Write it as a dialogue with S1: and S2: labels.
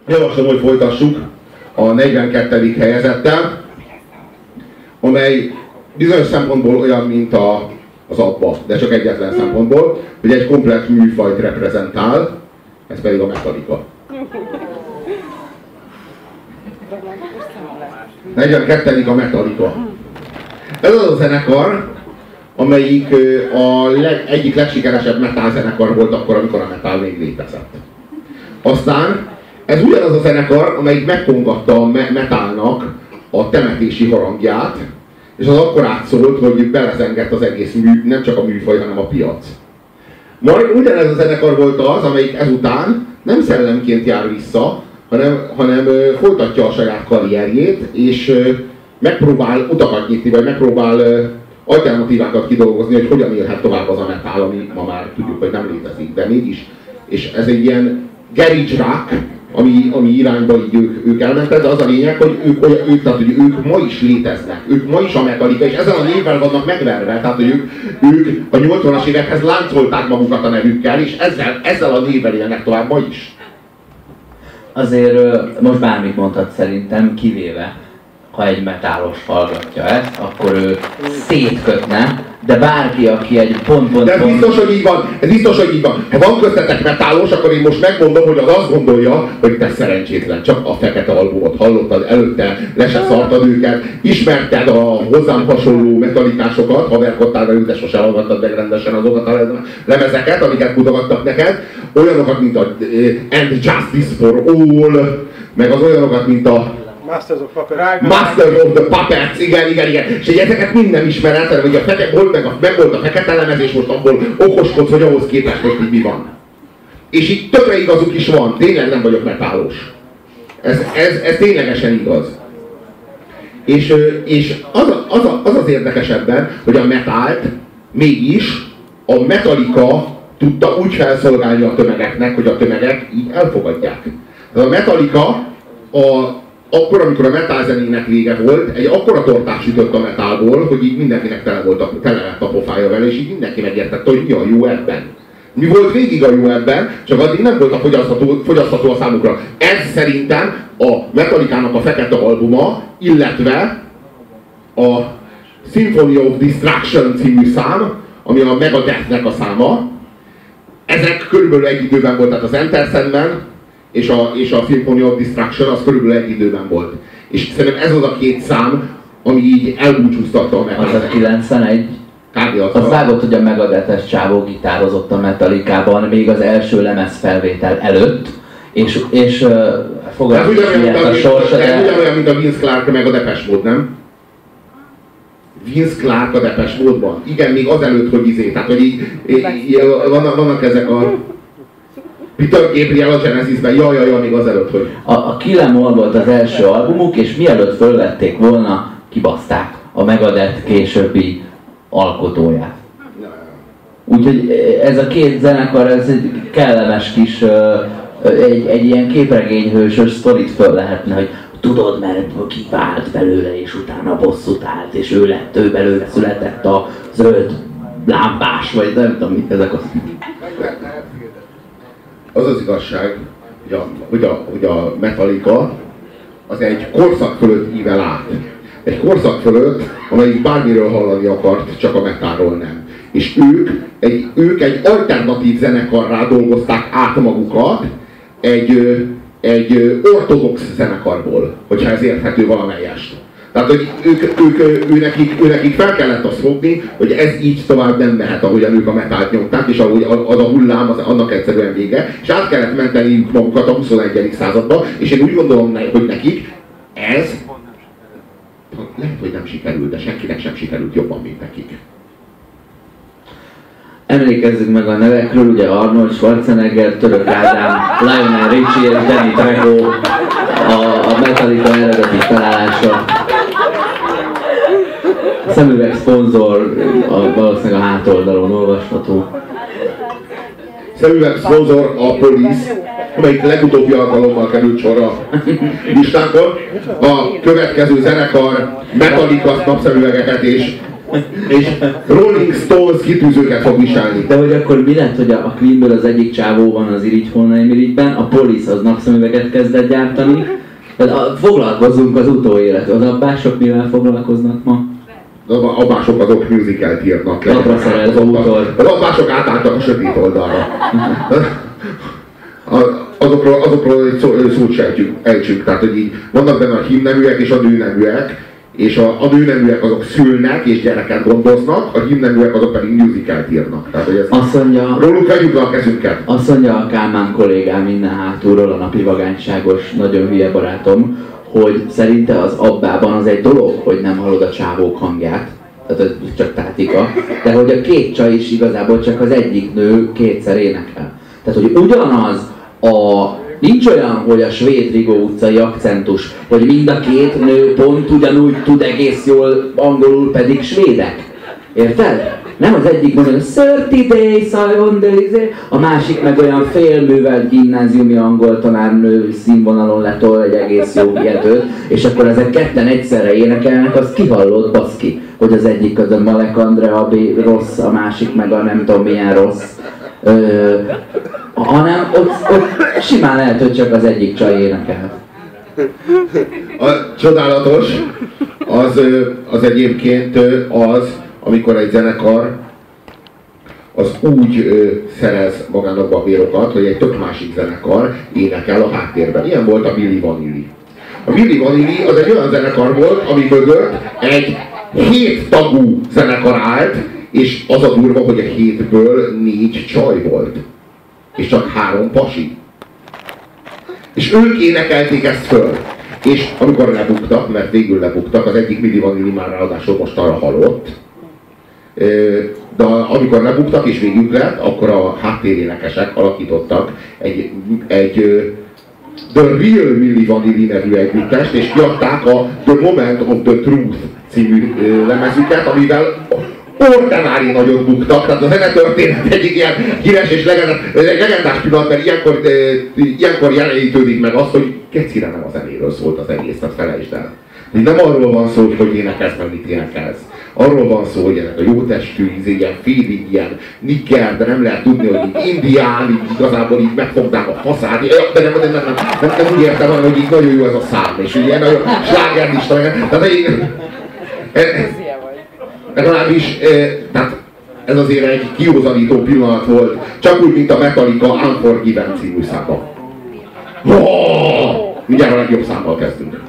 S1: Javaslom, hogy folytassuk a 42. helyezettel, amely bizonyos szempontból olyan, mint az ABBA, de csak egyetlen szempontból, hogy egy komplet műfajt reprezentál, ez pedig a Metallica. 42. a Metallica. Ez az a zenekar, amelyik egyik legsikeresebb metal zenekar volt akkor, amikor a metal még létezett. Aztán ez ugyanaz a zenekar, amelyik megkongatta a metalnak a temetési harangját, és az akkor átszólt, hogy belezengett az egész nem csak a műfaj, hanem a piac. Majd ugyanez a zenekar volt az, amelyik ezután nem szellemként jár vissza, hanem folytatja a saját karrierjét, és megpróbál utakat nyitni, vagy megpróbál alternatívákat kidolgozni, hogy hogyan élhet tovább az a metal, ami ma már tudjuk, hogy nem létezik, de mégis. És ez egy ilyen garage rock, ami irányba így ők elmentek, de az a lényeg, hogy ők ma is léteznek, ők ma is a Metallica, és ezzel a névvel vannak megverve, tehát hogy ők a 80-as évekhez láncolták magukat a nevükkel, és ezzel a névvel élnek tovább ma is.
S2: Azért most bármit mondhat szerintem, kivéve ha egy metálos hallgatja ezt, akkor ő szétkötne, de bárki, aki egy pont...
S1: De ez biztos, hogy így van, ez biztos, hogy így van. Ha van köztetek metálos, akkor én most megmondom, hogy az azt gondolja, hogy te szerencsétlen, csak a Fekete albumot hallottad, előtte le se szartad őket, ismerted a hozzám hasonló metalikásokat, haverkodtál velük, de sose hallgattad meg rendesen azokat a lemezeket, amiket mutogattak neked, olyanokat, mint a And Justice for All, meg az olyanokat, mint a
S3: Masters of Puppets.
S1: Masters of the Puppets, igen. És ezeket minden ismered, hogy meg volt a fekete lemez, és most abból okoskodsz, hogy ahhoz képest most így mi van. És így tökre igazuk is van, tényleg nem vagyok metálos. Ez ténylegesen igaz. És az érdekes ebben, hogy a metált mégis a Metallica tudta úgy felszolgálni a tömegeknek, hogy a tömegek így elfogadják. Ez a Metallica akkor, amikor a metal zenének vége volt, egy akkora tortát sütött a metalból, hogy így mindenkinek tele lett a pofája vele, és így mindenki megértette, hogy mi a jó ebben. Mi volt végig a jó ebben, csak addig nem volt a fogyasztható a számukra. Ez szerintem a Metallicának a fekete albuma, illetve a Symphony of Destruction című szám, ami a Megadethnek a száma. Ezek körülbelül egy időben volt, tehát az Enter Sandman és a Symphony of Destruction az körülbelül egy időben volt. És szerintem ez az a két szám, ami így elbúcsúztatta a Metallica.
S2: Az a 91. Azt vágott, hogy a Megadeth-es csávó gitározott a Metallicában még az első lemez felvétel előtt, és fogalmaz ilyet a sorsa,
S1: de... ugyanolyan, mint a Vince Clarke meg a Depeche Mode, nem? Vince Clarke a Depeche Mode-ban. Igen, még azelőtt, hogy tehát hogy így vannak ezek a... Peter Gabriel a Genesisben, ja, még azelőtt, hogy...
S2: A Kill 'Em All volt az első albumuk, és mielőtt fölvették volna, kibaszták a Megadeth későbbi alkotóját. Úgyhogy ez a két zenekar, ez egy kellemes kis, egy ilyen képregényhősös sztorit föl lehetne, hogy tudod, mert kivált belőle, és utána bosszút állt, és ő belőle született a zöld lámpás, vagy nem tudom mit ezek az.
S1: Az az igazság, hogy a Metallica az egy korszak fölött ível át. Egy korszak fölött, amelyik bármiről hallani akart, csak a metalról nem. És ők egy alternatív zenekarrá dolgozták át magukat, egy ortodox zenekarból, hogyha ez érthető valamelyest. Tehát, hogy őnekik fel kellett azt fogni, hogy ez így tovább nem mehet, ahogyan ők a metált nyomták, és ahogy az a hullám, annak egyszerűen vége, és át kellett menteniük magukat a 21. századba, és én úgy gondolom, hogy nekik ez lehet, hogy nem sikerült, de senkinek sem sikerült jobban, mint nekik.
S2: Emlékezzük meg a nevekről, ugye Arnold Schwarzenegger, Török Ádám, Lionel Richie és Danny Trejo, a Metallica eredeti találása. A szemüveg szponzor, valószínűleg a hátoldalon olvasható.
S1: Szemüveg szponzor a Police, amelyik legutóbbi alkalommal került sorra a listánkon. A következő zenekar Metallica napszemüvegeket és És Rolling Stones kitűzőket fog viselni.
S2: De hogy akkor mi lett, hogy a Queenből az egyik csávó van az Irigy-Holnai Mirigyben, a Police az napszemüveget kezdett gyártani, tehát foglalkozunk az utóélet. Az abbások mivel foglalkoznak ma?
S1: Az abbások azok musicalt írnak le.
S2: Napra szerelt úton.
S1: Az abbások átálltak a sötét oldalra. Azokról egy szót se ejtsük. Tehát, hogy így vannak benne a hímneműek és a nőneműek, és a nőneműek azok szülnek és gyereket gondoznak, a hímneműek azok pedig musicalt írnak. Tehát, hogy ez
S2: azt mondja,
S1: róluk vegyük le a kezünket.
S2: Azt mondja a Kálmán kollégám minden hátulról, a napi vagányságos, nagyon hülye barátom, hogy szerinte az abbában az egy dolog, hogy nem hallod a csávók hangját, tehát ez csak tátika, de hogy a két csaj is igazából csak az egyik nő kétszer énekel. Tehát, hogy ugyanaz nincs olyan, hogy a svéd Rigó utcai akcentus, hogy mind a két nő pont ugyanúgy tud egész jól angolul, pedig svédek. Érted? Nem az egyik mondja, hogy 30 days on the izé, a másik meg olyan félművelt gimnáziumi angol tanárnő színvonalon letol egy egész jó hihetőt, és akkor ezek ketten egyszerre énekelnek, azt kihallott baszki, hogy az egyik az a Malek Andrea rossz, a másik meg a nem tudom milyen rossz. Hanem ott simán lehet, hogy csak az egyik csaj énekel.
S1: A csodálatos az egyébként az, amikor egy zenekar az úgy szerez magának babérokat, hogy egy tök másik zenekar énekel a háttérben. Ilyen volt a Milli Vanilli. A Milli Vanilli az egy olyan zenekar volt, ami mögött egy 7 tagú zenekar állt, és az a durva, hogy a 7-ből 4 csaj volt. És csak 3 pasi. És ők énekelték ezt föl. És amikor lebuktak, mert végül lebuktak, az egyik Milli Vanilli már ráadásul most arra halott, de amikor lebuktak és végük lett, akkor a háttérénekesek alakítottak egy The Real Milli Vanilli nevű együttest, és kiadták a The Moment of the Truth című lemezüket, amivel ordinári nagyot buktak, tehát a zenetörténet egyik ilyen híres és legendás pillanat, mert ilyenkor jelenítődik meg az, hogy kecire nem a zenéről szólt az egész, tehát felejtsd el. Nem arról van szó, hogy énekelsz, meg mit énekelsz. Arról van szó, hogy ennek a jó testű, ilyen félig ilyen nigger, de nem lehet tudni, hogy így indián, így igazából így megfogták a faszát, de nem úgy értem, hogy így nagyon jó ez a szám, és ilyen nagyon slágerlista, tehát legalábbis, tehát ez azért egy kiózanító pillanat volt, csak úgy, mint a Metallica Unforgiven című száma. Mindjárt a legjobb számmal kezdünk.